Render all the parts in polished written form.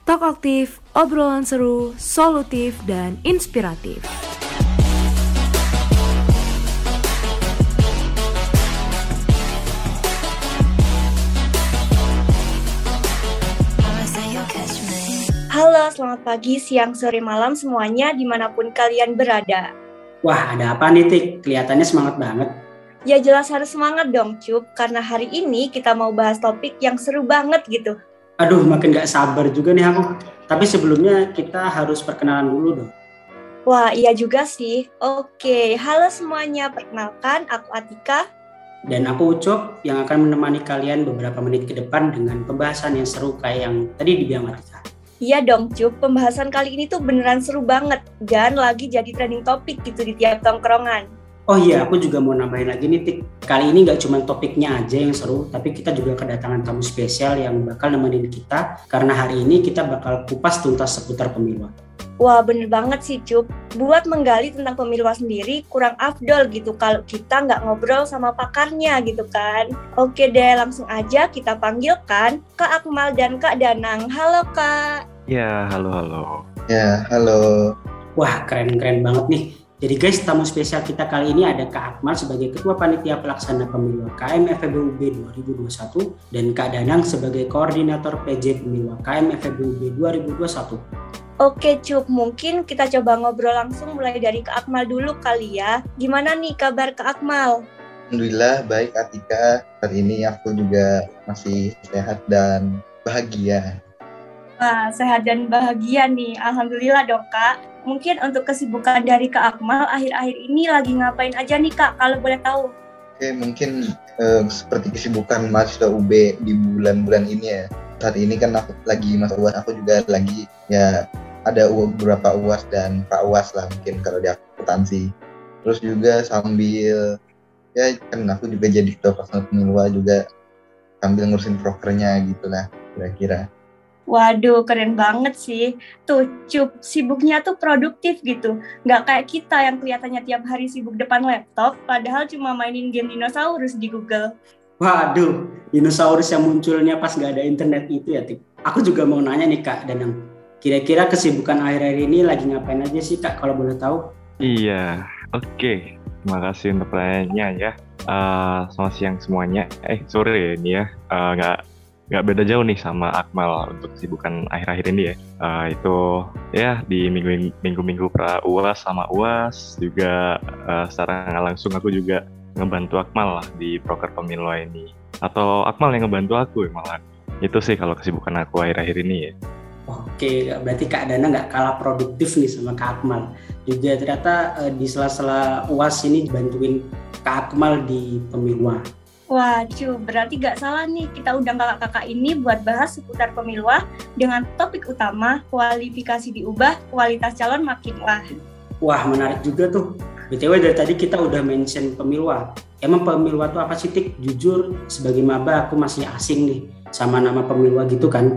Talk aktif, obrolan seru, solutif, dan inspiratif. Halo, selamat pagi, siang, sore, malam semuanya dimanapun kalian berada. Wah, ada apa nih, Tik? Kelihatannya semangat banget. Ya jelas harus semangat dong, Cup, karena hari ini kita mau bahas topik yang seru banget gitu. Aduh, makin gak sabar juga nih aku. Tapi sebelumnya kita harus perkenalan dulu dong. Wah, iya juga sih. Oke, halo semuanya, perkenalkan aku Atika. Dan aku Ucok yang akan menemani kalian beberapa menit ke depan dengan pembahasan yang seru kayak yang tadi dibilang Atika. Iya dong, Cup, pembahasan kali ini tuh beneran seru banget dan lagi jadi trending topik gitu di tiap tongkrongan. Oh iya, aku juga mau nambahin lagi nih, Tik. Kali ini gak cuma topiknya aja yang seru, tapi kita juga kedatangan tamu spesial yang bakal nemenin kita, karena hari ini kita bakal kupas tuntas seputar pemilu. Wah, bener banget sih, Cup. Buat menggali tentang pemilu sendiri kurang afdol gitu kalau kita nggak ngobrol sama pakarnya gitu kan. Oke deh, langsung aja kita panggilkan Kak Akmal dan Kak Danang. Halo, Kak. Ya, halo. Ya, halo. Wah, keren-keren banget nih. Jadi guys, tamu spesial kita kali ini ada Kak Akmal sebagai Ketua Panitia Pelaksana Pemilu KM FEBUB 2021 dan Kak Danang sebagai Koordinator PJ Pemilu KM FEBUB 2021. Oke, Cup, mungkin kita coba ngobrol langsung mulai dari Kak Akmal dulu kali ya. Gimana nih kabar Kak Akmal? Alhamdulillah baik Atika. Hari ini aku juga masih sehat dan bahagia. Wah, sehat dan bahagia nih. Alhamdulillah dong, Kak. Mungkin untuk kesibukan dari Kak Akmal akhir-akhir ini lagi ngapain aja nih, Kak, kalau boleh tahu? Oke, mungkin seperti kesibukan mahasiswa UB di bulan-bulan ini ya. Saat ini kan aku lagi masa UAS, aku juga lagi ya ada beberapa UAS dan pra-UAS lah mungkin kalau di akuntansi. Terus juga sambil ya kan aku juga jadi ketua pelaksana pemilu juga sambil ngurusin prokernya gitu lah kira-kira. Waduh, keren banget sih. Tuh, Cup, sibuknya tuh produktif gitu. Nggak kayak kita yang kelihatannya tiap hari sibuk depan laptop, padahal cuma mainin game dinosaurus di Google. Waduh, dinosaurus yang munculnya pas nggak ada internet itu ya, Tik. Aku juga mau nanya nih, Kak Danang. Kira-kira kesibukan akhir-akhir ini lagi ngapain aja sih, Kak, kalau boleh tahu? Iya, oke. Terima kasih untuk pertanyaannya ya. Selamat siang semuanya. Sore ini ya. Nggak beda jauh nih sama Akmal untuk kesibukan akhir-akhir ini ya. Itu ya di minggu-minggu pra UAS sama UAS juga secara nggak langsung aku juga ngebantu Akmal lah di proker pemilu ini. Atau Akmal yang ngebantu aku ya malah. Itu sih kalau kesibukan aku akhir-akhir ini ya. Oke, berarti Kak Dana nggak kalah produktif nih sama Kak Akmal. Juga ternyata di sela-sela UAS ini bantuin Kak Akmal di pemiluan. Wah, Cup, berarti nggak salah nih kita undang kakak-kakak ini buat bahas seputar pemiluan dengan topik utama kualifikasi diubah, kualitas calon makin wah. Wah, menarik juga tuh. BTW dari tadi kita udah mention pemiluan. Emang pemiluan itu apa sih, Tik? Jujur, sebagai maba aku masih asing nih sama nama pemiluan gitu kan.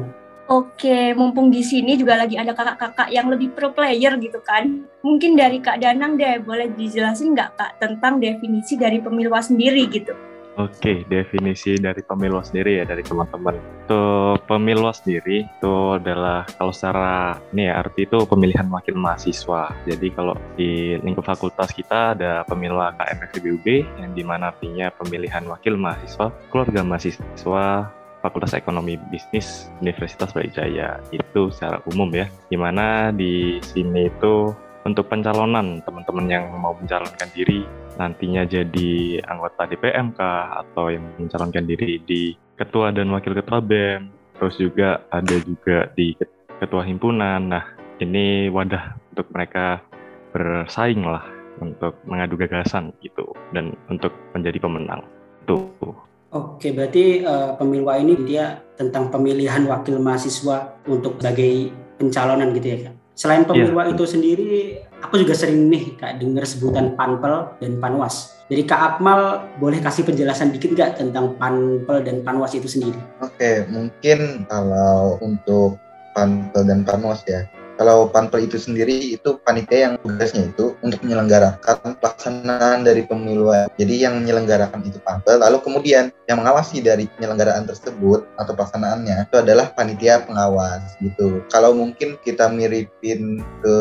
Oke, mumpung di sini juga lagi ada kakak-kakak yang lebih pro player gitu kan. Mungkin dari Kak Danang deh, boleh dijelasin nggak Kak tentang definisi dari pemiluan sendiri gitu? Oke, definisi dari pemilu sendiri ya dari teman-teman. Untuk pemilu sendiri itu adalah kalau secara ini ya arti itu pemilihan wakil mahasiswa. Jadi kalau di lingkup fakultas kita ada pemilu KM FEBUB yang dimana artinya pemilihan wakil mahasiswa, keluarga mahasiswa, Fakultas Ekonomi Bisnis Universitas Brawijaya. Itu secara umum ya. Dimana di sini itu untuk pencalonan teman-teman yang mau mencalonkan diri nantinya jadi anggota DPMK atau yang mencalonkan diri di ketua dan wakil ketua BEM, terus juga ada juga di ketua himpunan. Nah, ini wadah untuk mereka bersaing lah untuk mengadu gagasan gitu dan untuk menjadi pemenang. Tuh. Oke, berarti pemiluan ini dia tentang pemilihan wakil mahasiswa untuk sebagai pencalonan gitu ya, Kak? Selain pemiluan itu sendiri, aku juga sering nih Kak dengar sebutan Panpel dan Panwas. Jadi Kak Akmal boleh kasih penjelasan dikit nggak tentang Panpel dan Panwas itu sendiri? Oke, mungkin kalau untuk Panpel dan Panwas ya, Kalau panpel itu sendiri itu panitia yang tugasnya itu untuk menyelenggarakan pelaksanaan dari pemiluan. Jadi yang menyelenggarakan itu panpel, lalu kemudian yang mengawasi dari penyelenggaraan tersebut atau pelaksanaannya itu adalah panitia pengawas gitu. Kalau mungkin kita miripin ke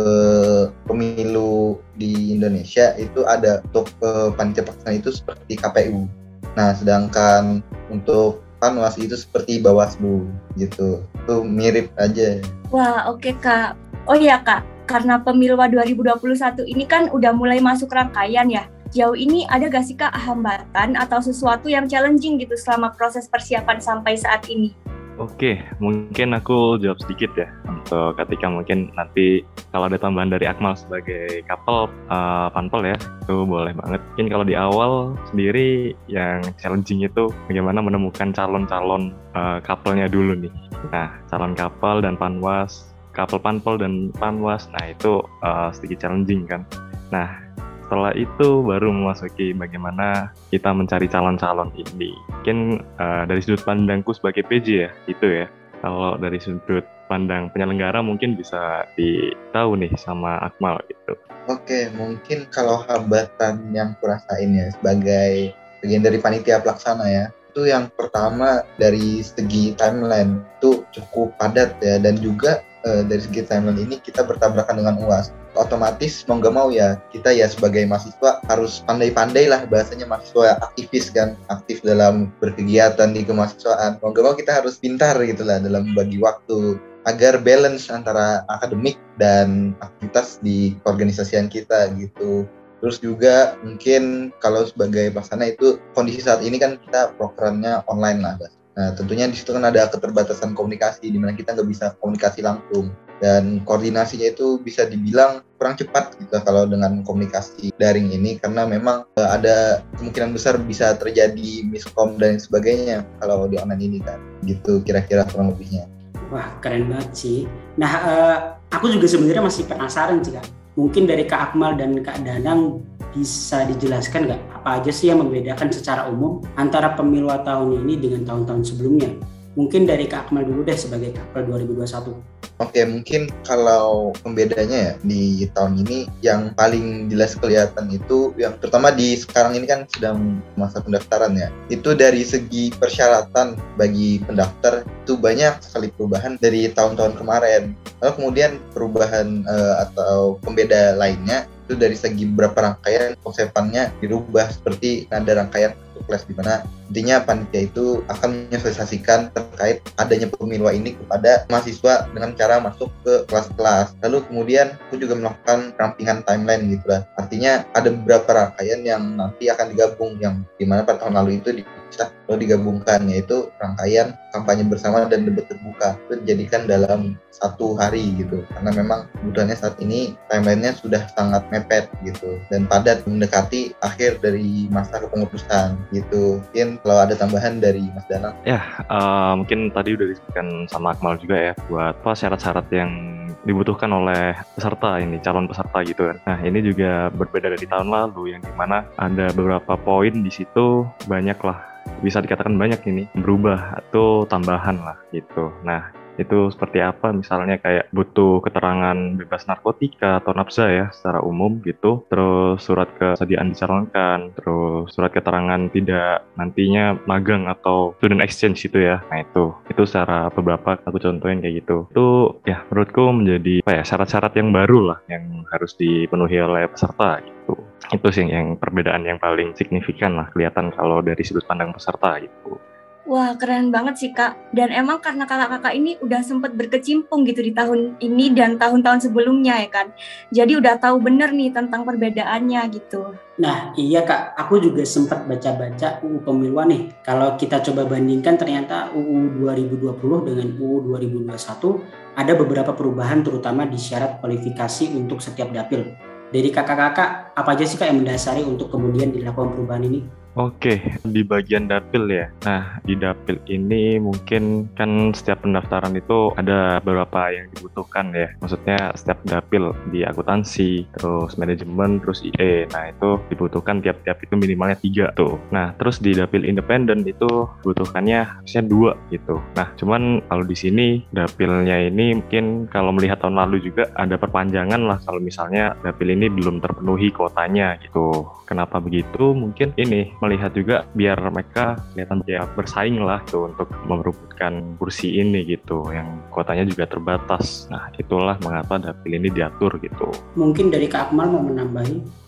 pemilu di Indonesia itu ada untuk panitia pelaksana itu seperti KPU. Nah, sedangkan untuk Panwas itu seperti Bawaslu gitu. Itu mirip aja. Wah, oke Kak. Oh iya Kak, karena Pemilwa 2021 ini kan udah mulai masuk rangkaian ya. Jauh ini ada gak sih Kak hambatan atau sesuatu yang challenging gitu selama proses persiapan sampai saat ini? Oke, mungkin aku jawab sedikit ya untuk ketika mungkin nanti kalau ada tambahan dari Akmal sebagai couple panpel ya, itu boleh banget. Mungkin kalau di awal sendiri yang challenging itu bagaimana menemukan calon-calon couple-nya dulu nih. Nah, calon couple dan panwas, couple panpel dan panwas, nah itu sedikit challenging kan. Nah, setelah itu baru memasuki bagaimana kita mencari calon-calon ini. Mungkin dari sudut pandangku sebagai PJ ya, itu ya. Kalau dari sudut pandang penyelenggara mungkin bisa ditahu nih sama Akmal gitu. Oke, mungkin kalau hambatan yang kurasain ya sebagai bagian dari panitia pelaksana ya, itu yang pertama dari segi timeline itu cukup padat ya, dan juga dari segi timeline ini kita bertabrakan dengan UAS. Otomatis mau nggak mau ya kita ya sebagai mahasiswa harus pandai-pandai lah, bahasanya mahasiswa aktivis kan, aktif dalam berkegiatan di kemahasiswaan. Mau nggak mau kita harus pintar gitu lah dalam membagi waktu agar balance antara akademik dan aktivitas di keorganisasian kita gitu. Terus juga mungkin kalau sebagai pelaksana itu kondisi saat ini kan kita programnya online lah. Nah tentunya di situ kan ada keterbatasan komunikasi di mana kita nggak bisa komunikasi langsung, dan koordinasinya itu bisa dibilang kurang cepat gitu kalau dengan komunikasi daring ini, karena memang ada kemungkinan besar bisa terjadi miskom dan sebagainya kalau di online ini kan gitu kira-kira kurang lebihnya. Wah, keren banget sih. Nah, aku juga sebenarnya masih penasaran sih Kak. Mungkin dari Kak Akmal dan Kak Danang bisa dijelaskan nggak apa aja sih yang membedakan secara umum antara pemilu tahun ini dengan tahun-tahun sebelumnya? Mungkin dari Kak Akmal dulu deh sebagai Kapel 2021. Oke, mungkin kalau pembedanya ya di tahun ini yang paling jelas kelihatan itu yang terutama di sekarang ini kan sedang masa pendaftaran ya. Itu dari segi persyaratan bagi pendaftar itu banyak sekali perubahan dari tahun-tahun kemarin. Lalu kemudian perubahan atau pembeda lainnya itu dari segi beberapa rangkaian konsepannya dirubah, seperti ada rangkaian kelas di mana intinya panitia itu akan menyosialisasikan terkait adanya pemilwa ini kepada mahasiswa dengan cara masuk ke kelas-kelas. Lalu kemudian aku juga melakukan rampingan timeline gitu lah. Artinya ada beberapa rangkaian yang nanti akan digabung, yang dimana pada tahun lalu itu dipisah lalu digabungkan, yaitu rangkaian kampanye bersama dan debat terbuka. Itu dijadikan dalam satu hari gitu, karena memang kebutuhannya saat ini timelinenya sudah sangat mepet gitu dan padat mendekati akhir dari masa kepengurusan gitu. Mungkin kalau ada tambahan dari Mas Danang. Ya, mungkin tadi udah disebutkan sama Akmal juga ya, buat apa syarat-syarat yang dibutuhkan oleh peserta ini, calon peserta gitu kan. Nah, ini juga berbeda dari tahun lalu yang dimana ada beberapa poin di situ banyak lah, bisa dikatakan banyak ini berubah atau tambahan lah gitu. Nah, itu seperti apa, misalnya kayak butuh keterangan bebas narkotika atau nafsa ya secara umum gitu, terus surat kesediaan dicalonkan, terus surat keterangan tidak nantinya magang atau student exchange gitu ya. Nah itu secara beberapa aku contohin kayak gitu. Itu ya menurutku menjadi apa ya, syarat-syarat yang baru lah yang harus dipenuhi oleh peserta gitu. Itu sih yang perbedaan yang paling signifikan lah kelihatan kalau dari sudut pandang peserta gitu. Wah, keren banget sih Kak. Dan emang karena kakak-kakak ini udah sempat berkecimpung gitu di tahun ini dan tahun-tahun sebelumnya ya kan. Jadi udah tahu bener nih tentang perbedaannya gitu. Nah iya Kak, aku juga sempat baca-baca UU Pemiluan nih. Kalau kita coba bandingkan ternyata UU 2020 dengan UU 2021 ada beberapa perubahan terutama di syarat kualifikasi untuk setiap dapil. Dari kakak-kakak, apa aja sih Kak yang mendasari untuk kemudian dilakukan perubahan ini? Oke, di bagian dapil ya. Nah, di dapil ini mungkin kan setiap pendaftaran itu ada beberapa yang dibutuhkan ya. Maksudnya setiap dapil di akuntansi, terus manajemen, terus IE. Nah, itu dibutuhkan tiap-tiap itu minimalnya 3 tuh. Nah, terus di dapil independen itu butuhkannya harusnya 2 gitu. Nah, cuman kalau di sini dapilnya ini mungkin kalau melihat tahun lalu juga ada perpanjangan lah kalau misalnya dapil ini belum terpenuhi kuotanya gitu. Kenapa begitu? Mungkin ini melihat juga biar mereka kelihatan ya bersaing lah tuh untuk merebutkan kursi ini gitu yang kuotanya juga terbatas. Nah, itulah mengapa dapil ini diatur gitu. Mungkin dari Kak Akmal mau menambahi.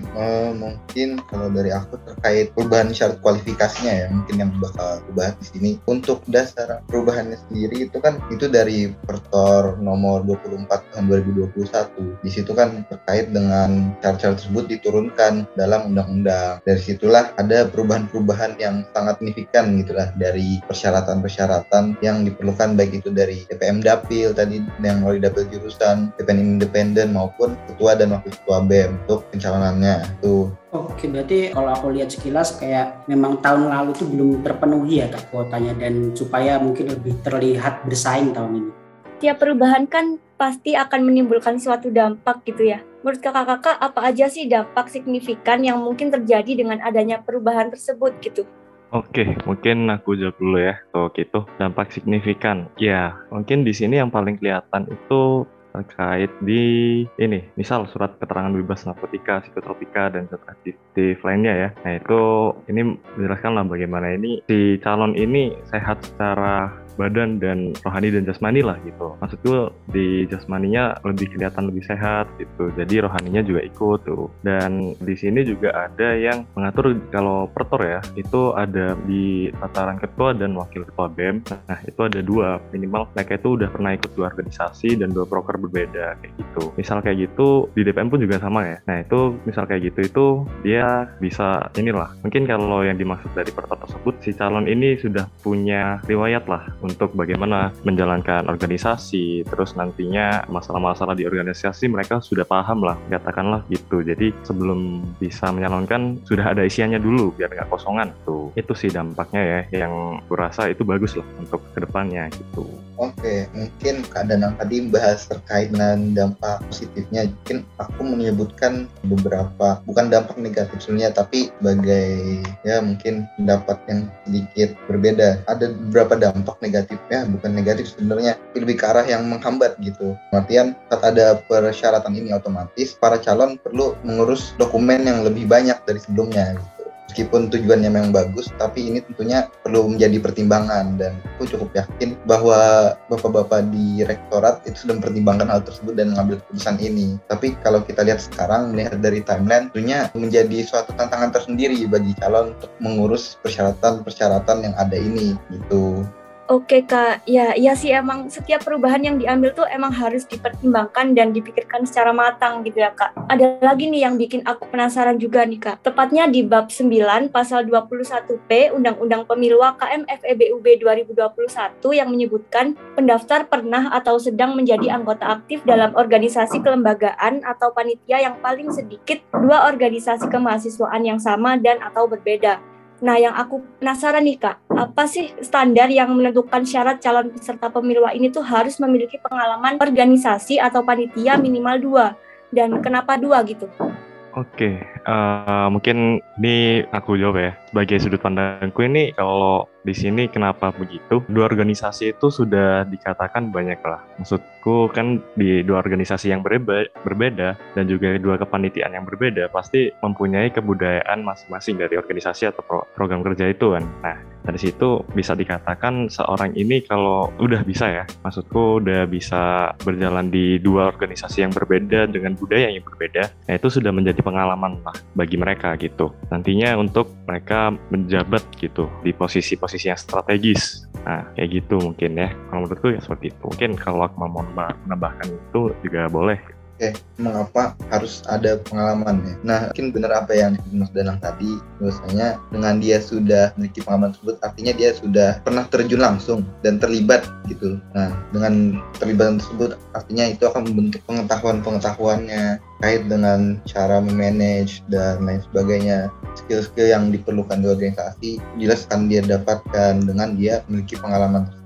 Mungkin kalau dari aku terkait perubahan syarat kualifikasinya ya, mungkin yang bakal aku bahas di sini. Untuk dasar perubahannya sendiri itu kan itu dari Pertor nomor 24 tahun 2021. Di situ kan terkait dengan syarat-syarat tersebut diturunkan dalam undang-undang. Dari situlah ada perubahan-perubahan yang sangat signifikan gitulah dari persyaratan-persyaratan yang diperlukan baik itu dari DPM Dapil tadi yang melalui dapil jurusan, DPM independen maupun ketua dan wakil ketua BEM untuk pencalonan tuh. Oke, berarti kalau aku lihat sekilas kayak memang tahun lalu tuh belum terpenuhi ya Kak kuotanya, dan supaya mungkin lebih terlihat bersaing tahun ini. Tiap perubahan kan pasti akan menimbulkan suatu dampak gitu ya. Menurut kakak-kakak apa aja sih dampak signifikan yang mungkin terjadi dengan adanya perubahan tersebut gitu? Oke, mungkin aku jawab dulu ya. Oke, itu dampak signifikan. Ya, mungkin di sini yang paling kelihatan itu terkait di ini, misal surat keterangan bebas narkotika, psikotropika, dan zat aktif lainnya ya. Nah, itu ini menjelaskanlah bagaimana ini si calon ini sehat secara badan dan rohani dan jasmani lah gitu. Maksudku di jasmaninya lebih kelihatan lebih sehat gitu. Jadi rohaninya juga ikut tuh. Dan di sini juga ada yang mengatur kalau pertor ya, itu ada di tataran ketua dan wakil ketua BEM. Nah, itu ada 2 minimal mereka itu udah pernah ikut 2 organisasi dan 2 proker berbeda kayak gitu. Misal kayak gitu di DPM pun juga sama ya. Nah, itu misal kayak gitu itu dia bisa inilah. Mungkin kalau yang dimaksud dari pertor tersebut si calon ini sudah punya riwayat lah untuk bagaimana menjalankan organisasi, terus nantinya masalah-masalah di organisasi mereka sudah paham lah, katakanlah gitu. Jadi sebelum bisa menyalonkan sudah ada isiannya dulu biar nggak kosongan tuh. Itu sih dampaknya ya, yang kurasa itu bagus lah untuk kedepannya gitu. Oke, mungkin Kak Danang tadi bahas terkait dengan dampak positifnya. Mungkin aku menyebutkan beberapa, bukan dampak negatif sebenarnya, tapi sebagai ya mungkin pendapat yang sedikit berbeda. Ada beberapa dampak negatifnya, bukan negatif sebenarnya, lebih ke arah yang menghambat gitu. Artian saat ada persyaratan ini otomatis para calon perlu mengurus dokumen yang lebih banyak dari sebelumnya gitu. Meskipun tujuannya memang bagus, tapi ini tentunya perlu menjadi pertimbangan, dan aku cukup yakin bahwa bapak-bapak di rektorat itu sudah mempertimbangkan hal tersebut dan mengambil keputusan ini. Tapi kalau kita lihat sekarang, melihat dari timeline, tentunya menjadi suatu tantangan tersendiri bagi calon untuk mengurus persyaratan-persyaratan yang ada ini gitu. Oke Kak, ya sih emang setiap perubahan yang diambil tuh emang harus dipertimbangkan dan dipikirkan secara matang gitu ya Kak. Ada lagi nih yang bikin aku penasaran juga nih Kak. Tepatnya di bab 9 pasal 21P Undang-Undang Pemilu KM FEBUB 2021 yang menyebutkan pendaftar pernah atau sedang menjadi anggota aktif dalam organisasi kelembagaan atau panitia yang paling sedikit 2 organisasi kemahasiswaan yang sama dan atau berbeda. Nah, yang aku penasaran nih Kak, apa sih standar yang menentukan syarat calon peserta pemilu ini tuh harus memiliki pengalaman organisasi atau panitia minimal 2, dan kenapa 2 gitu? Oke, mungkin ini aku jawab ya. Sebagai sudut pandangku ini, kalau di sini kenapa begitu? 2 organisasi itu sudah dikatakan banyak lah. Maksudku kan di 2 organisasi yang berbeda dan juga 2 kepanitiaan yang berbeda pasti mempunyai kebudayaan masing-masing dari organisasi atau program kerja itu kan. Nah, dari situ bisa dikatakan seorang ini kalau udah bisa ya, maksudku udah bisa berjalan di 2 organisasi yang berbeda dengan budaya yang berbeda, nah itu sudah menjadi pengalaman lah bagi mereka gitu. Nantinya untuk mereka menjabat gitu di posisi-posisi yang strategis. Nah, kayak gitu mungkin ya. Kalau menurutku ya seperti itu. Mungkin kalau aku mau menambahkan itu juga boleh. mengapa harus ada pengalaman ya? Nah, mungkin benar apa yang Mas Danang tadi, bahwasanya dengan dia sudah memiliki pengalaman tersebut, artinya dia sudah pernah terjun langsung dan terlibat gitu. Nah, dengan terlibat tersebut, artinya itu akan membentuk pengetahuannya terkait dengan cara memanage dan lain sebagainya. Skill-skill yang diperlukan di organisasi jelas akan dia dapatkan dengan dia memiliki pengalaman tersebut.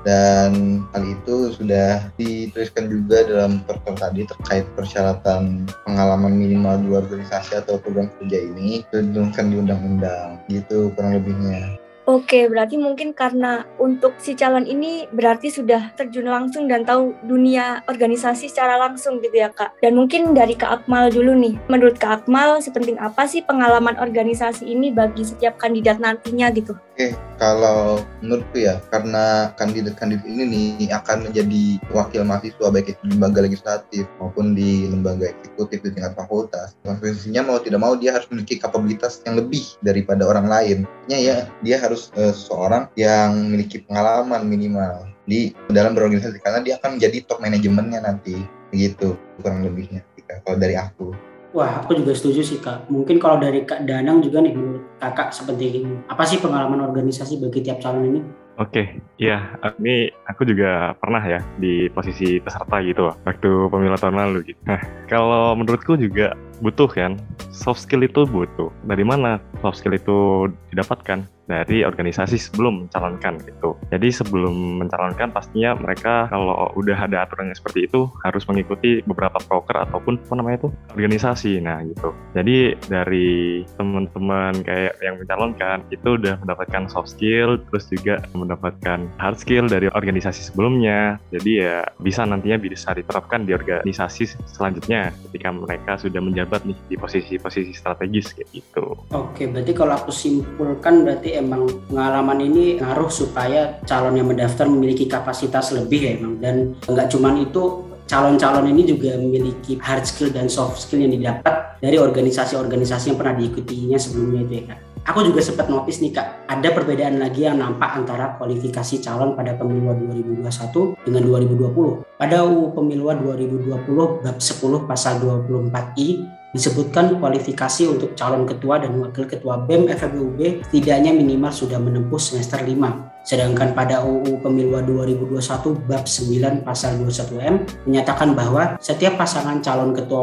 Dan hal itu sudah dituliskan juga dalam perpres tadi terkait persyaratan pengalaman minimal di organisasi atau program kerja ini ditentukan di undang-undang gitu kurang lebihnya. Oke, berarti mungkin karena untuk si calon ini berarti sudah terjun langsung dan tahu dunia organisasi secara langsung gitu ya Kak. Dan mungkin dari Kak Akmal dulu nih, menurut Kak Akmal sepenting apa sih pengalaman organisasi ini bagi setiap kandidat nantinya gitu? Kalau menurutku ya, karena kandidat-kandidat ini nih akan menjadi wakil mahasiswa baik itu di lembaga legislatif maupun di lembaga eksekutif di tingkat fakultas. Konsekuensinya mau tidak mau dia harus memiliki kapabilitas yang lebih daripada orang lain. Ya, dia harus seorang yang memiliki pengalaman minimal di dalam berorganisasi karena dia akan menjadi top manajemennya nanti. Begitu kurang lebihnya kalau dari aku. Wah, aku juga setuju sih Kak. Mungkin kalau dari Kak Danang juga nih, menurut Kakak seperti apa sih pengalaman organisasi bagi tiap calon ini? Oke, iya, ini aku juga pernah ya di posisi peserta gitu waktu pemilu tahun lalu gitu. Nah, kalau menurutku juga butuh kan, soft skill itu butuh. Dari mana soft skill itu didapatkan? Dari organisasi sebelum mencalonkan gitu. Jadi sebelum mencalonkan pastinya mereka kalau udah ada aturan yang seperti itu harus mengikuti beberapa proker ataupun organisasi. Nah gitu. Jadi dari teman-teman kayak yang mencalonkan itu udah mendapatkan soft skill, terus juga mendapatkan hard skill dari organisasi sebelumnya. Jadi ya bisa nantinya bisa diterapkan di organisasi selanjutnya ketika mereka sudah menjabat nih di posisi-posisi strategis kayak gitu. Oke, berarti kalau aku simpulkan berarti emang pengalaman ini ngaruh supaya calon yang mendaftar memiliki kapasitas lebih ya emang. Dan nggak cuman itu, calon-calon ini juga memiliki hard skill dan soft skill yang didapat dari organisasi-organisasi yang pernah diikutinya sebelumnya itu ya Kak. Aku juga sempat notice nih Kak, ada perbedaan lagi yang nampak antara kualifikasi calon pada pemilu 2021 dengan 2020. Pada UU Pemilu 2020 bab 10 pasal 24I disebutkan kualifikasi untuk calon ketua dan wakil ketua BEM FEBUB setidaknya minimal sudah menempuh semester 5. Sedangkan pada UU Pemilu 2021 bab 9 pasal 21M menyatakan bahwa setiap pasangan calon ketua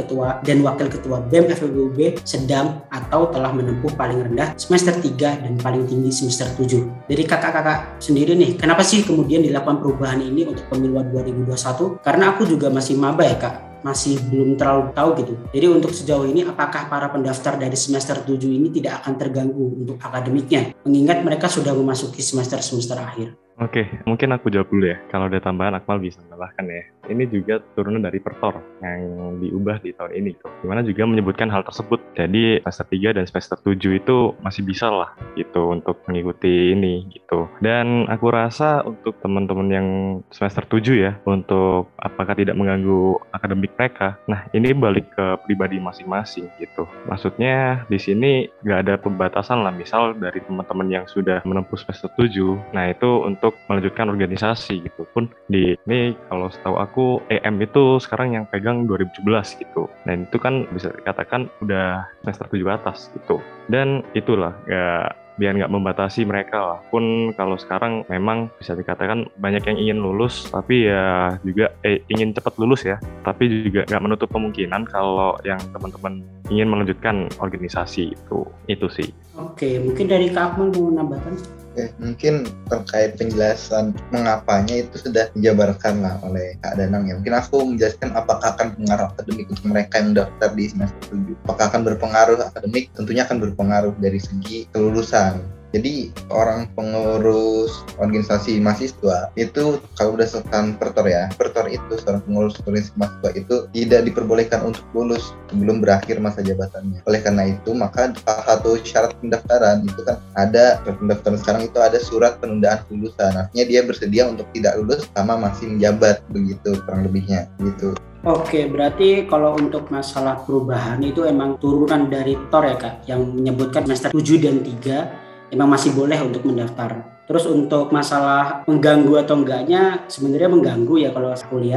dan wakil ketua BEM FEBUB sedang atau telah menempuh paling rendah semester 3 dan paling tinggi semester 7. Dari kakak-kakak sendiri nih, kenapa sih kemudian dilakukan perubahan ini untuk Pemilu 2021? Karena aku juga masih maba ya Kak, masih belum terlalu tahu gitu. Jadi untuk sejauh ini apakah para pendaftar dari semester 7 ini tidak akan terganggu untuk akademiknya, mengingat mereka sudah memasuki semester akhir? Oke, mungkin aku jawab dulu ya. Kalau ada tambahan, Akmal bisa menambahkan ya. Ini juga turunan dari Pertor yang diubah di tahun ini tuh. Dimana juga menyebutkan hal tersebut. Jadi semester 3 dan semester 7 itu masih bisa lah gitu untuk mengikuti ini gitu. Dan aku rasa untuk teman-teman yang semester 7 ya, untuk apakah tidak mengganggu akademik mereka. Nah, ini balik ke pribadi masing-masing gitu. Maksudnya di sini nggak ada pembatasan lah. Misal dari teman-teman yang sudah menempuh semester 7, nah itu untuk melanjutkan organisasi gitu pun di ini kalau setahu aku EM itu sekarang yang pegang 2017 gitu, dan itu kan bisa dikatakan udah semester 7 atas gitu. Dan itulah ya, biar nggak membatasi mereka lah. Pun kalau sekarang memang bisa dikatakan banyak yang ingin lulus tapi ya juga ingin cepat lulus ya, tapi juga nggak menutup kemungkinan kalau yang teman-teman ingin melanjutkan organisasi itu sih. Oke, mungkin dari Kak Akmal mau menambahkan? Mungkin terkait penjelasan mengapanya itu sudah dijabarkan lah oleh Kak Danang ya. Mungkin aku menjelaskan apakah akan berpengaruh akademik untuk mereka yang daftar di semester 7. Apakah akan berpengaruh akademik? Tentunya akan berpengaruh dari segi kelulusan. Jadi orang pengurus organisasi mahasiswa itu kalau berdasarkan Pertor ya, Pertor itu seorang pengurus organisasi mahasiswa itu tidak diperbolehkan untuk lulus sebelum berakhir masa jabatannya. Oleh karena itu maka salah satu syarat pendaftaran itu kan ada, pendaftaran sekarang itu ada surat penundaan kelulusan. Artinya dia bersedia untuk tidak lulus selama masih menjabat, begitu kurang lebihnya gitu. Oke, berarti kalau untuk masalah perubahan itu emang turunan dari TOR ya Kak, yang menyebutkan semester 7 dan 3 emang masih boleh untuk mendaftar. Terus untuk masalah mengganggu atau enggaknya sebenarnya mengganggu ya kalau aku lihat.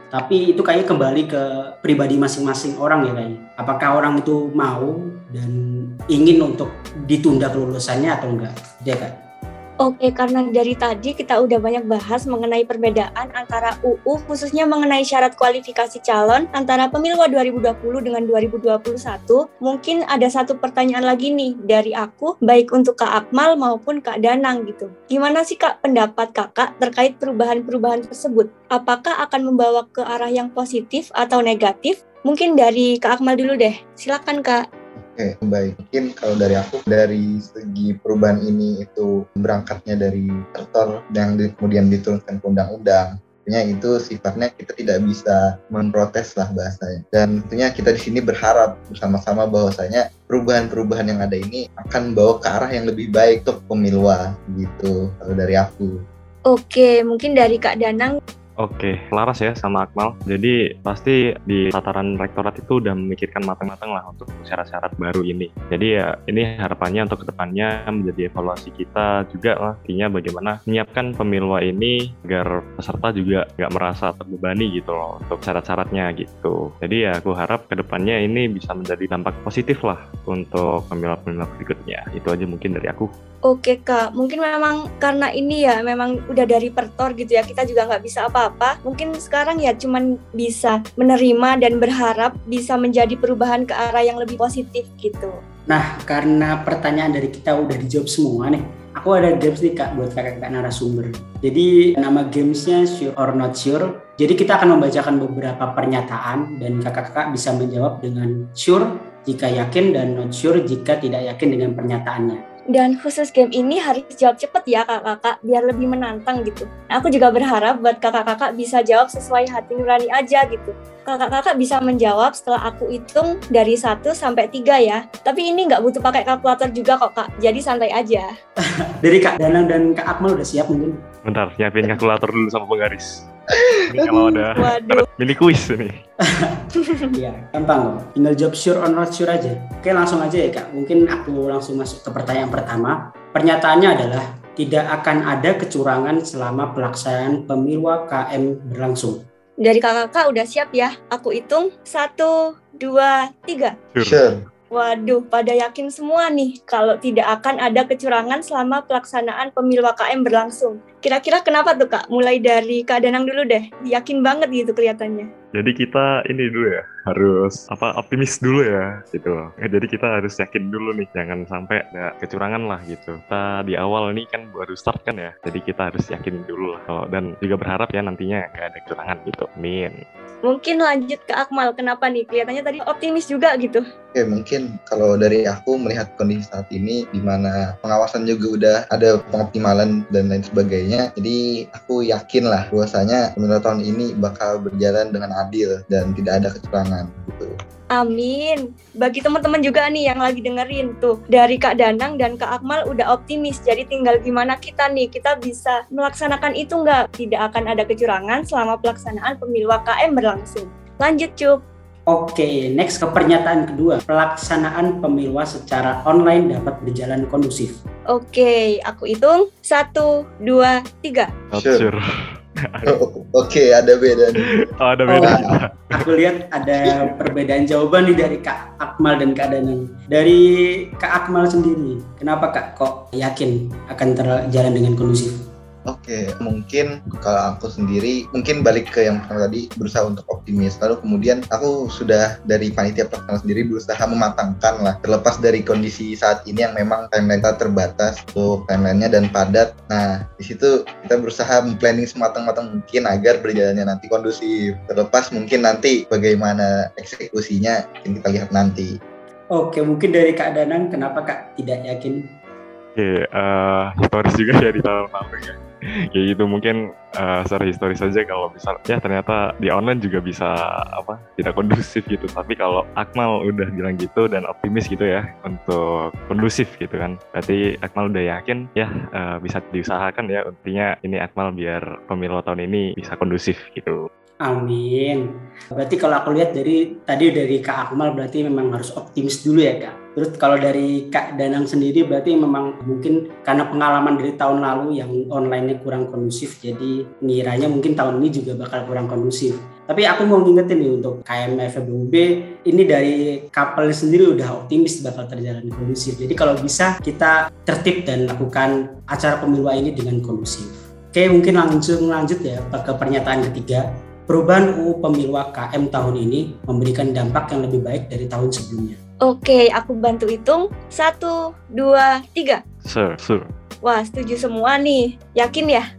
Tapi itu kayaknya kembali ke pribadi masing-masing orang ya kayaknya. Apakah orang itu mau dan ingin untuk ditunda kelulusannya atau enggak? Ya kan? Oke, karena dari tadi kita udah banyak bahas mengenai perbedaan antara UU, khususnya mengenai syarat kualifikasi calon antara Pemilwa 2020 dengan 2021. Mungkin ada satu pertanyaan lagi nih dari aku, baik untuk Kak Akmal maupun Kak Danang gitu. Gimana sih Kak pendapat Kakak terkait perubahan-perubahan tersebut? Apakah akan membawa ke arah yang positif atau negatif? Mungkin dari Kak Akmal dulu deh, silakan Kak. Oke, baik. Mungkin kalau dari aku, dari segi perubahan ini itu berangkatnya dari sektor yang kemudian diturunkan ke undang-undang. Tentunya itu sifatnya kita tidak bisa memprotes lah bahasanya. Dan tentunya kita di sini berharap bersama-sama bahwasanya perubahan-perubahan yang ada ini akan bawa ke arah yang lebih baik untuk pemilwa gitu kalau dari aku. Oke, mungkin dari Kak Danang. Oke, laras ya sama Akmal. Jadi pasti di tataran rektorat itu udah memikirkan matang-matang lah untuk syarat-syarat baru ini. Jadi ya ini harapannya untuk kedepannya menjadi evaluasi kita juga lah. Artinya bagaimana menyiapkan pemilwa ini agar peserta juga nggak merasa terbebani gitu loh untuk syarat-syaratnya gitu. Jadi ya aku harap kedepannya ini bisa menjadi dampak positif lah untuk pemilwa-pemilwa berikutnya. Itu aja mungkin dari aku. Oke Kak, mungkin memang karena ini ya memang udah dari pertor gitu ya, kita juga nggak bisa apa-apa. Mungkin sekarang ya cuman bisa menerima dan berharap bisa menjadi perubahan ke arah yang lebih positif gitu. Nah, karena pertanyaan dari kita udah dijawab semua nih, aku ada games nih Kak buat kakak-kakak narasumber. Jadi nama gamesnya Sure or Not Sure. Jadi kita akan membacakan beberapa pernyataan dan kakak-kakak bisa menjawab dengan sure jika yakin dan not sure jika tidak yakin dengan pernyataannya. Dan khusus game ini harus jawab cepet ya kakak-kakak, biar lebih menantang gitu. Aku juga berharap buat kakak-kakak bisa jawab sesuai hati nurani aja gitu. Kakak-kakak bisa menjawab setelah aku hitung dari 1 sampai 3 ya. Tapi ini nggak butuh pakai kalkulator juga kok Kak, jadi santai aja. Dari Kak Danang dan Kak Akmal udah siap mungkin? Bentar, nyiapin kalkulator dulu sama penggaris. Ini kalau ada mini quiz ini. Iya, gampang kok. Tinggal jawab sure or not sure aja. Oke, langsung aja ya Kak. Mungkin aku langsung masuk ke pertanyaan pertama. Pernyataannya adalah tidak akan ada kecurangan selama pelaksanaan pemilwa KM berlangsung. Dari kakak-kakak udah siap ya? Aku hitung 1, 2, 3. Sure. Waduh, pada yakin semua nih kalau tidak akan ada kecurangan selama pelaksanaan pemilu KM berlangsung. Kira-kira kenapa tuh Kak? Mulai dari Kak Danang dulu deh. Yakin banget gitu kelihatannya. Jadi kita ini dulu ya, harus optimis dulu ya gitu. Jadi kita harus yakin dulu nih, jangan sampai ada kecurangan lah gitu. Kita di awal ini kan baru start kan ya, jadi kita harus yakin dulu lah. Dan juga berharap ya nantinya nggak ada kecurangan gitu. Amin. Mungkin lanjut ke Akmal, kenapa nih? Kelihatannya tadi optimis juga gitu. Oke, mungkin kalau dari aku melihat kondisi saat ini di mana pengawasan juga udah ada pengoptimalan dan lain sebagainya. Jadi aku yakin lah bahwasanya pemilu tahun ini bakal berjalan dengan adil dan tidak ada kecurangan gitu. Amin. Bagi teman-teman juga nih yang lagi dengerin tuh, dari Kak Danang dan Kak Akmal udah optimis. Jadi tinggal gimana kita nih, kita bisa melaksanakan itu nggak? Tidak akan ada kecurangan selama pelaksanaan pemilu KM berlangsung. Lanjut Cup. Oke, next ke pernyataan kedua. Pelaksanaan pemilu secara online dapat berjalan kondusif. Oke, aku hitung 1, 2, 3. Sure. Oke, ada beda nih. Oh, ada beda. Aku lihat ada perbedaan jawaban nih dari Kak Akmal dan Kak Danang. Dari Kak Akmal sendiri, kenapa Kak kok yakin akan terjalan dengan kondusif? Oke, mungkin kalau aku sendiri, mungkin balik ke yang pertama tadi, berusaha untuk optimis. Lalu kemudian aku sudah dari panitia pelaksana sendiri berusaha mematangkan lah. Terlepas dari kondisi saat ini yang memang timeline kita terbatas, untuk timelinenya dan padat. Nah, di situ kita berusaha planning sematang-matang mungkin agar berjalannya nanti kondusif. Terlepas mungkin nanti bagaimana eksekusinya, mungkin kita lihat nanti. Oke, mungkin dari Kak Danang, kenapa Kak tidak yakin? Oke, historis juga ya di tahun lalu ya. Ya itu mungkin secara historis saja kalau misalnya ternyata di online juga bisa tidak kondusif gitu. Tapi kalau Akmal udah bilang gitu dan optimis gitu ya untuk kondusif gitu kan, berarti Akmal udah yakin ya bisa diusahakan ya. Intinya ini Akmal biar pemilu tahun ini bisa kondusif gitu. Amin. Berarti kalau aku lihat dari Kak Akmal berarti memang harus optimis dulu ya Kak. Terus kalau dari Kak Danang sendiri berarti memang mungkin karena pengalaman dari tahun lalu yang online-nya kurang kondusif, jadi ngiranya mungkin tahun ini juga bakal kurang kondusif. Tapi aku mau ngingetin nih untuk KMFBUB ini dari couple sendiri udah optimis bakal terjalan kondusif. Jadi kalau bisa kita tertib dan lakukan acara pemilu ini dengan kondusif. Oke, mungkin langsung lanjut ya ke pernyataan ketiga. Perubahan UU Pemilu KM tahun ini memberikan dampak yang lebih baik dari tahun sebelumnya. Oke, aku bantu hitung. 1, 2, 3. Sir. Wah, setuju semua nih. Yakin ya?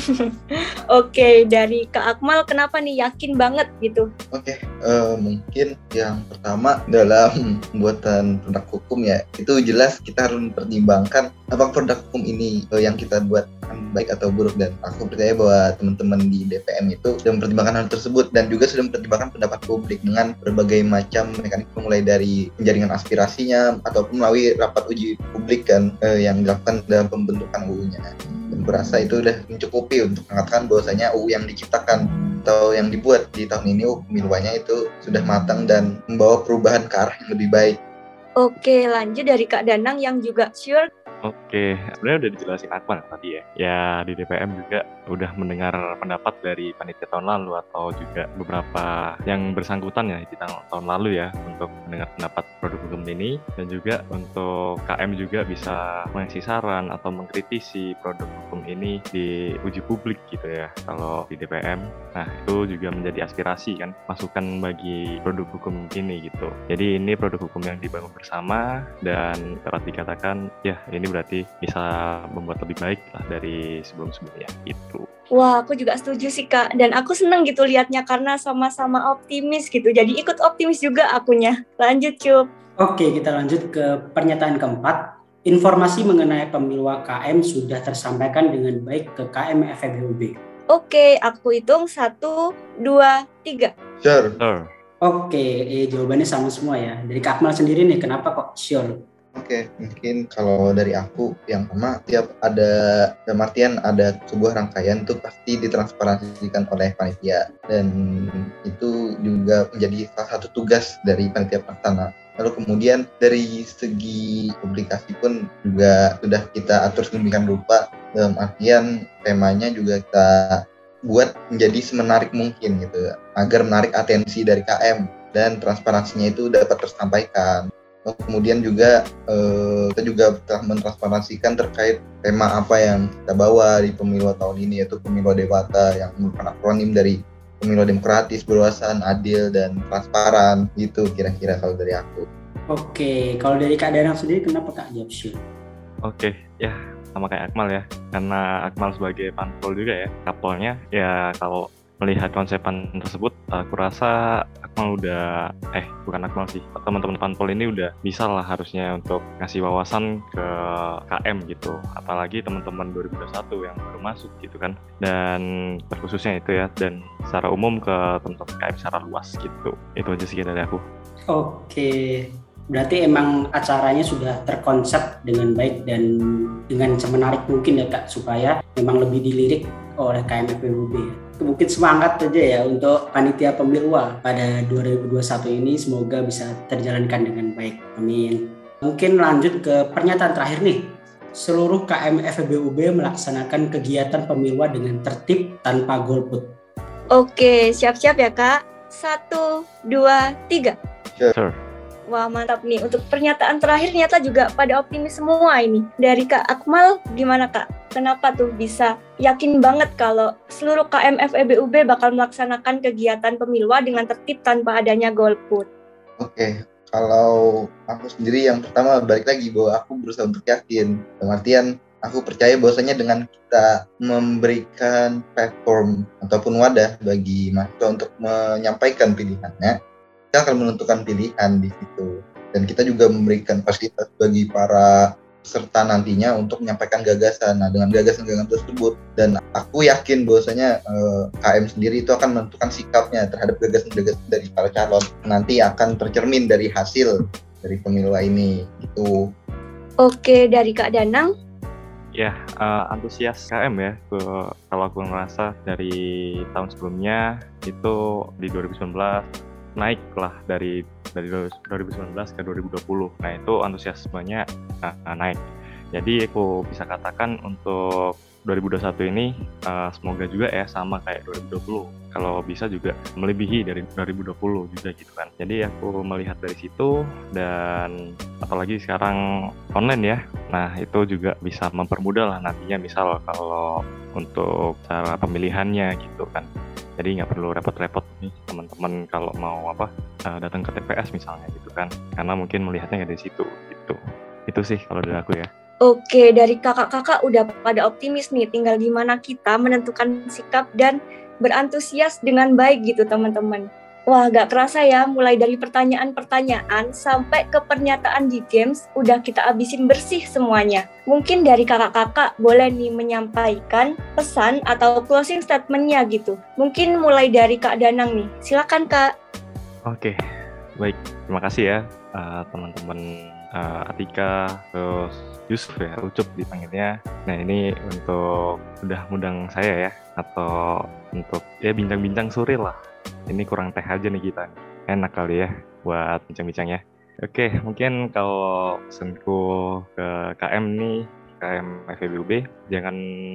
Oke, dari Kak Akmal kenapa nih yakin banget gitu? Oke, mungkin yang pertama dalam pembuatan produk hukum ya, itu jelas kita harus mempertimbangkan apakah produk hukum ini yang kita buat baik atau buruk, dan aku percaya bahwa teman-teman di DPM itu sudah mempertimbangkan hal tersebut dan juga sudah mempertimbangkan pendapat publik dengan berbagai macam mekanisme, mulai dari penjaringan aspirasinya ataupun melalui rapat uji publik kan yang dilakukan dalam pembentukan UU-nya. Dan berasa itu sudah mencukupi untuk mengatakan bahwasanya UU yang diciptakan atau yang dibuat di tahun ini UU Pemiluannya itu sudah matang dan membawa perubahan ke arah yang lebih baik. Oke, lanjut dari Kak Danang yang juga sure. Oke, sebenarnya udah dijelasin Akmal tadi ya. Ya di DPM juga udah mendengar pendapat dari panitia tahun lalu atau juga beberapa yang bersangkutan ya di tahun lalu ya untuk mendengar pendapat produk hukum ini, dan juga untuk KM juga bisa mengasih saran atau mengkritisi produk hukum ini di uji publik gitu ya kalau di DPM. Nah itu juga menjadi aspirasi kan, masukan bagi produk hukum ini gitu. Jadi ini produk hukum yang dibangun bersama dan dapat dikatakan ya ini berarti bisa membuat lebih baik lah dari sebelum-sebelumnya itu. Wah, aku juga setuju sih Kak, dan aku seneng gitu liatnya karena sama-sama optimis gitu, jadi ikut optimis juga akunya. Lanjut Cup. Oke, kita lanjut ke pernyataan keempat. Informasi mengenai pemilu KM sudah tersampaikan dengan baik ke KM FEBUB. Oke, aku hitung 1, 2, 3. Sure. Oke, jawabannya sama semua ya. Dari Kak Akmal sendiri nih, kenapa kok sure? Oke, mungkin kalau dari aku yang pertama, tiap ada artian ada sebuah rangkaian itu pasti ditransparansikan oleh panitia, dan itu juga menjadi salah satu tugas dari panitia pelaksana. Lalu kemudian dari segi publikasi pun juga sudah kita atur sedemikian rupa, dalam artian temanya juga kita buat menjadi semenarik mungkin gitu, agar menarik atensi dari KM dan transparansinya itu dapat tersampaikan. Kemudian juga kita juga telah mentransparansikan terkait tema apa yang kita bawa di pemilu tahun ini, yaitu pemilu dewata yang merupakan akronim dari pemilu demokratis, berwawasan, adil, dan transparan. Gitu kira-kira kalau dari aku. Oke, kalau dari Kak Danang sendiri kenapa Kak jawab sure? Oke, ya sama kayak Akmal ya, karena Akmal sebagai panpol juga ya, kapolnya ya. Kalau melihat konsepan tersebut, aku rasa Akmal udah, bukan Akmal sih, teman-teman panpol ini udah bisa lah harusnya untuk ngasih wawasan ke KM gitu, apalagi teman-teman 2021 yang baru masuk gitu kan, dan terkhususnya itu ya, dan secara umum ke teman-teman KM secara luas gitu. Itu aja sih dari aku. Oke, berarti emang acaranya sudah terkonsep dengan baik dan dengan semenarik mungkin ya Kak, supaya memang lebih dilirik oleh KMFBUB ya. Mungkin semangat aja ya untuk panitia pemilu pada 2021 ini, semoga bisa terjalankan dengan baik. Amin. Mungkin lanjut ke pernyataan terakhir nih. Seluruh KM FEBUB melaksanakan kegiatan pemilu dengan tertib tanpa golput. Oke, siap-siap ya Kak. 1, 2, 3. Sure. Wah, mantap nih. Untuk pernyataan terakhir ternyata juga pada optimis semua ini. Dari Kak Akmal, gimana Kak? Kenapa tuh bisa yakin banget kalau seluruh KM FEBUB bakal melaksanakan kegiatan pemilu dengan tertib tanpa adanya golput? Oke, kalau aku sendiri yang pertama balik lagi bahwa aku berusaha untuk yakin. Dalam artian aku percaya bahwasanya dengan kita memberikan platform ataupun wadah bagi mahasiswa untuk menyampaikan pilihannya, kita akan menentukan pilihan di situ. Dan kita juga memberikan fasilitas bagi para peserta nantinya untuk menyampaikan gagasan. Nah, dengan gagasan-gagasan tersebut, dan aku yakin bahwasanya KM sendiri itu akan menentukan sikapnya terhadap gagasan-gagasan dari para calon. Nanti akan tercermin dari hasil dari pemilu ini. Itu. Oke, dari Kak Danang? Ya, antusias KM ya. Kalau aku ngerasa dari tahun sebelumnya itu di 2019 naik lah dari 2019 ke 2020. Nah itu antusiasmenya naik. Jadi aku bisa katakan untuk 2021 ini semoga juga ya sama kayak 2020. Kalau bisa juga melebihi dari 2020 juga gitu kan. Jadi aku melihat dari situ, dan apalagi sekarang online ya. Nah itu juga bisa mempermudah lah nantinya, misal kalau untuk cara pemilihannya gitu kan. Jadi nggak perlu repot-repot nih teman-teman kalau mau datang ke TPS misalnya gitu kan. Karena mungkin melihatnya dari situ gitu. Itu sih kalau dari aku ya. Oke, dari kakak-kakak udah pada optimis nih, tinggal gimana kita menentukan sikap dan berantusias dengan baik gitu teman-teman. Wah, gak kerasa ya, mulai dari pertanyaan-pertanyaan sampai ke pernyataan di games, udah kita abisin bersih semuanya. Mungkin dari kakak-kakak boleh nih menyampaikan pesan atau closing statement-nya gitu. Mungkin mulai dari Kak Danang nih, silakan Kak. Oke, baik. Terima kasih ya teman-teman Atika, terus Yusuf ya, Ucup dipanggilnya. Nah ini untuk udah ngundang saya ya, atau untuk ya bincang-bincang sore lah. Ini kurang teh aja nih kita, enak kali ya buat bincang-bincangnya. Oke, mungkin kalau pesanku ke KM nih, KM FEBUB, jangan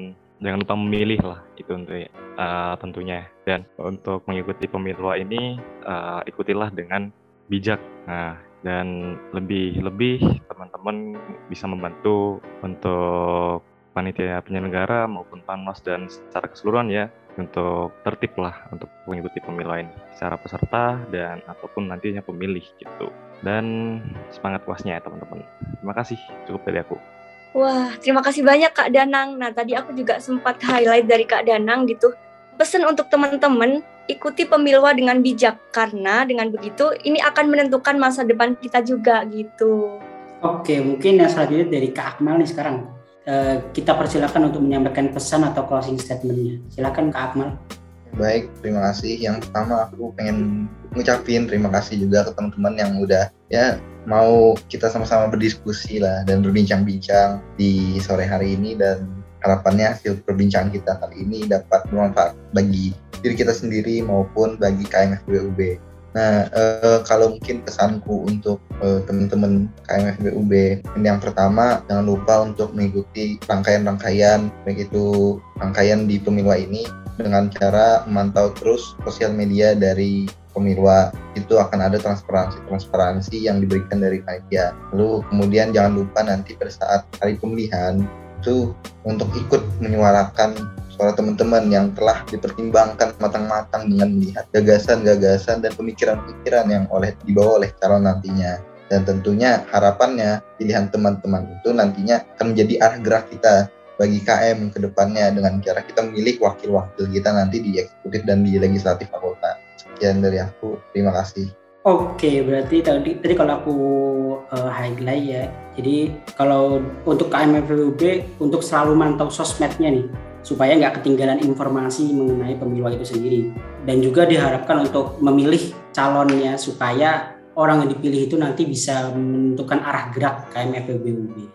lupa memilih lah itu untuk tentunya. Dan untuk mengikuti pemilu ini ikutilah dengan bijak. Nah, dan lebih teman-teman bisa membantu untuk panitia penyelenggara maupun Panwas dan secara keseluruhan ya, untuk tertib lah untuk mengikuti pemilu ini secara peserta dan ataupun nantinya pemilih gitu. Dan semangat puasnya ya teman-teman. Terima kasih, cukup dari aku. Wah, terima kasih banyak Kak Danang. Nah, tadi aku juga sempat highlight dari Kak Danang gitu. Pesan untuk teman-teman, ikuti pemilu dengan bijak, karena dengan begitu ini akan menentukan masa depan kita juga gitu. Oke, mungkin yang selanjutnya dari Kak Akmal nih sekarang. Kita persilakan untuk menyampaikan pesan atau closing statement-nya. Silakan Kak Akmal. Baik, terima kasih. Yang pertama aku pengen ngucapin terima kasih juga ke teman-teman yang udah ya mau kita sama-sama berdiskusi lah dan berbincang-bincang di sore hari ini, dan harapannya hasil perbincangan kita kali ini dapat bermanfaat bagi diri kita sendiri maupun bagi KMFBUB. Nah, kalau mungkin pesanku untuk teman-teman KMFBUB, yang pertama jangan lupa untuk mengikuti rangkaian-rangkaian, baik itu rangkaian di Pemilwa ini dengan cara memantau terus sosial media dari Pemilwa. Itu akan ada transparansi yang diberikan dari panitia. Lalu kemudian jangan lupa nanti pada saat hari pemilihan itu untuk ikut menyuarakan suara teman-teman yang telah dipertimbangkan matang-matang dengan melihat gagasan-gagasan dan pemikiran-pemikiran yang dibawa oleh calon nantinya. Dan tentunya harapannya pilihan teman-teman itu nantinya akan menjadi arah gerak kita bagi KM ke depannya dengan cara kita memilih wakil-wakil kita nanti di eksekutif dan di legislatif anggota. Sekian dari aku, terima kasih. Oke, berarti tadi kalau aku highlight ya. Jadi kalau untuk KMFBUB untuk selalu mantau sosmednya nih, supaya nggak ketinggalan informasi mengenai pemilu itu sendiri. Dan juga diharapkan untuk memilih calonnya supaya orang yang dipilih itu nanti bisa menentukan arah gerak KMFBUB.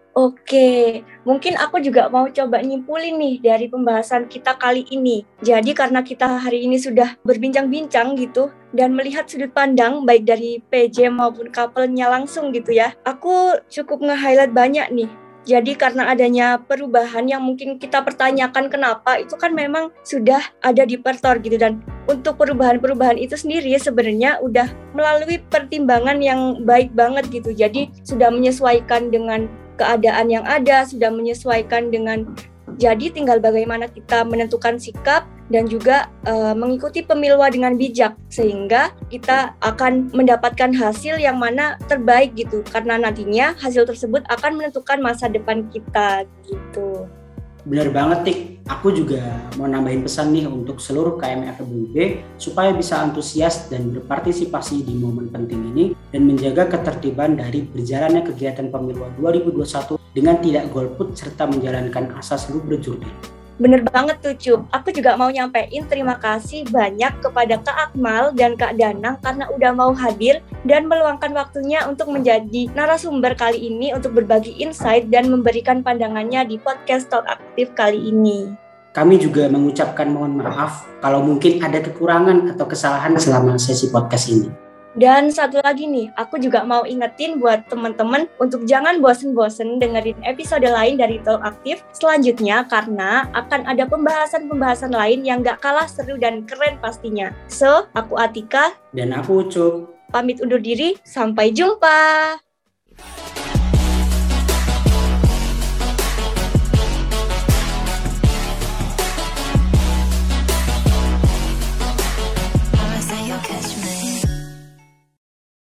Oke, mungkin aku juga mau coba nyimpulin nih dari pembahasan kita kali ini. Jadi karena kita hari ini sudah berbincang-bincang gitu dan melihat sudut pandang baik dari PJ maupun couple-nya langsung gitu ya, aku cukup nge-highlight banyak nih. Jadi karena adanya perubahan yang mungkin kita pertanyakan kenapa, itu kan memang sudah ada di Pertor gitu. Dan untuk perubahan-perubahan itu sendiri sebenarnya udah melalui pertimbangan yang baik banget gitu. Jadi sudah menyesuaikan dengan keadaan yang ada, sudah menyesuaikan dengan, jadi tinggal bagaimana kita menentukan sikap dan juga mengikuti pemilu dengan bijak, sehingga kita akan mendapatkan hasil yang mana terbaik gitu, karena nantinya hasil tersebut akan menentukan masa depan kita gitu. Benar banget, Tik. Aku juga mau nambahin pesan nih untuk seluruh KMFBUB supaya bisa antusias dan berpartisipasi di momen penting ini dan menjaga ketertiban dari berjalannya kegiatan pemilu 2021 dengan tidak golput serta menjalankan asas luber jurdil. Bener banget tuh Cup, aku juga mau nyampein terima kasih banyak kepada Kak Akmal dan Kak Danang karena udah mau hadir dan meluangkan waktunya untuk menjadi narasumber kali ini untuk berbagi insight dan memberikan pandangannya di podcast Talk Aktif kali ini. Kami juga mengucapkan mohon maaf kalau mungkin ada kekurangan atau kesalahan selama sesi podcast ini. Dan satu lagi nih, aku juga mau ingetin buat teman-teman untuk jangan bosen-bosen dengerin episode lain dari Talk Aktif selanjutnya karena akan ada pembahasan-pembahasan lain yang gak kalah seru dan keren pastinya. So, aku Atika Dan aku Ucup. Pamit undur diri, sampai jumpa!